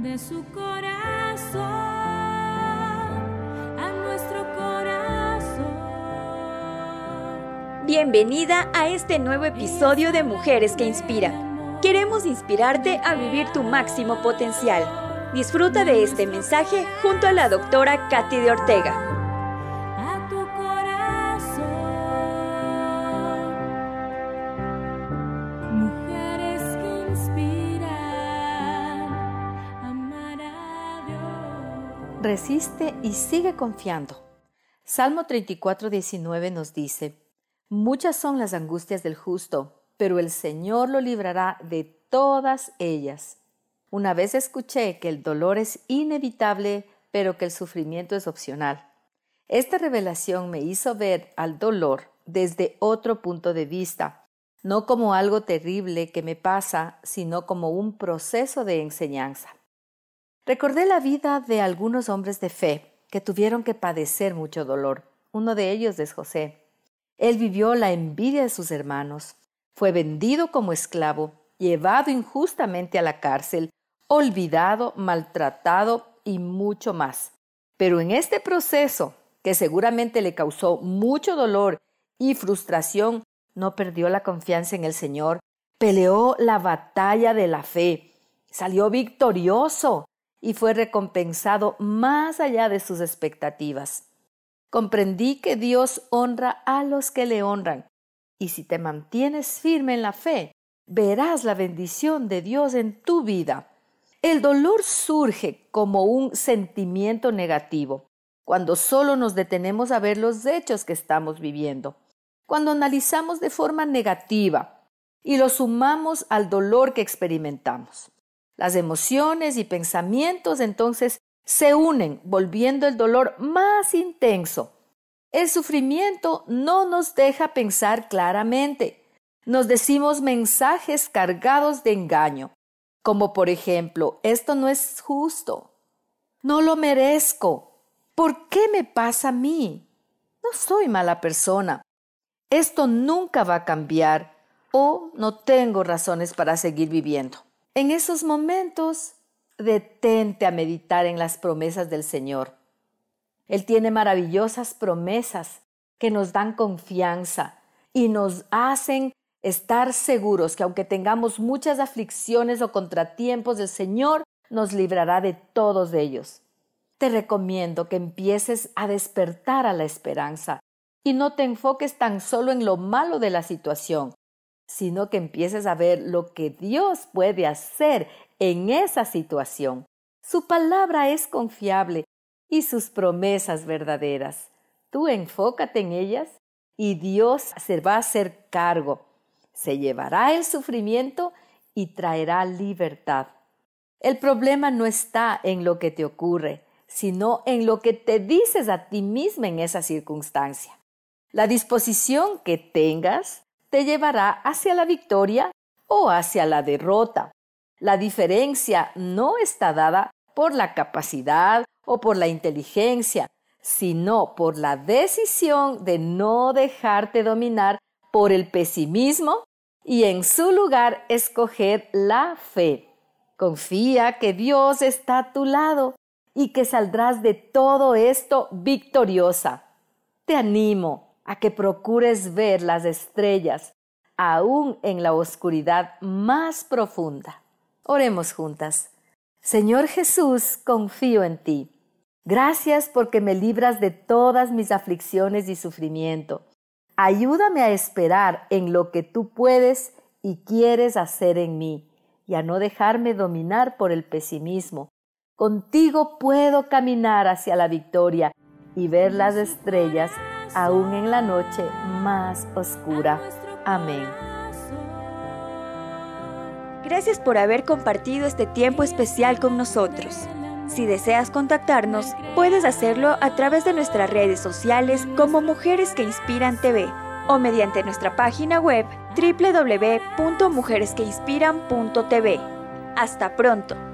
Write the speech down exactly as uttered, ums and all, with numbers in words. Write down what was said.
de su corazón a nuestro corazón. Bienvenida a este nuevo episodio de Mujeres que Inspiran. Queremos inspirarte a vivir tu máximo potencial. Disfruta de este mensaje junto a la doctora Katy de Ortega. Resiste y sigue confiando. Salmo treinta y cuatro, diecinueve nos dice: muchas son las angustias del justo, pero el Señor lo librará de todas ellas. Una vez escuché que el dolor es inevitable, pero que el sufrimiento es opcional. Esta revelación me hizo ver al dolor desde otro punto de vista, no como algo terrible que me pasa, sino como un proceso de enseñanza. Recordé la vida de algunos hombres de fe que tuvieron que padecer mucho dolor. Uno de ellos es José. Él vivió la envidia de sus hermanos, fue vendido como esclavo, llevado injustamente a la cárcel, olvidado, maltratado y mucho más. Pero en este proceso, que seguramente le causó mucho dolor y frustración, no perdió la confianza en el Señor, peleó la batalla de la fe, salió victorioso y fue recompensado más allá de sus expectativas. Comprendí que Dios honra a los que le honran, y si te mantienes firme en la fe, verás la bendición de Dios en tu vida. El dolor surge como un sentimiento negativo, cuando solo nos detenemos a ver los hechos que estamos viviendo, cuando analizamos de forma negativa y lo sumamos al dolor que experimentamos. Las emociones y pensamientos entonces se unen, volviendo el dolor más intenso. El sufrimiento no nos deja pensar claramente. Nos decimos mensajes cargados de engaño, como por ejemplo: esto no es justo, no lo merezco, ¿por qué me pasa a mí? No soy mala persona, esto nunca va a cambiar, o no tengo razones para seguir viviendo. En esos momentos, detente a meditar en las promesas del Señor. Él tiene maravillosas promesas que nos dan confianza y nos hacen estar seguros que aunque tengamos muchas aflicciones o contratiempos, el Señor nos librará de todos ellos. Te recomiendo que empieces a despertar a la esperanza y no te enfoques tan solo en lo malo de la situación, sino que empieces a ver lo que Dios puede hacer en esa situación. Su palabra es confiable y sus promesas verdaderas. Tú enfócate en ellas y Dios se va a hacer cargo. Se llevará el sufrimiento y traerá libertad. El problema no está en lo que te ocurre, sino en lo que te dices a ti misma en esa circunstancia. La disposición que tengas te llevará hacia la victoria o hacia la derrota. La diferencia no está dada por la capacidad o por la inteligencia, sino por la decisión de no dejarte dominar por el pesimismo y en su lugar escoger la fe. Confía que Dios está a tu lado y que saldrás de todo esto victoriosa. Te animo a que procures ver las estrellas aún en la oscuridad más profunda. Oremos juntas. Señor Jesús, confío en ti. Gracias porque me libras de todas mis aflicciones y sufrimiento. Ayúdame a esperar en lo que tú puedes y quieres hacer en mí y a no dejarme dominar por el pesimismo. Contigo puedo caminar hacia la victoria y ver las estrellas aún en la noche más oscura. Amén. Gracias por haber compartido este tiempo especial con nosotros. Si deseas contactarnos, puedes hacerlo a través de nuestras redes sociales como Mujeres que Inspiran T V o mediante nuestra página web doble u doble u doble u punto mujeres que inspiran punto t v. Hasta pronto.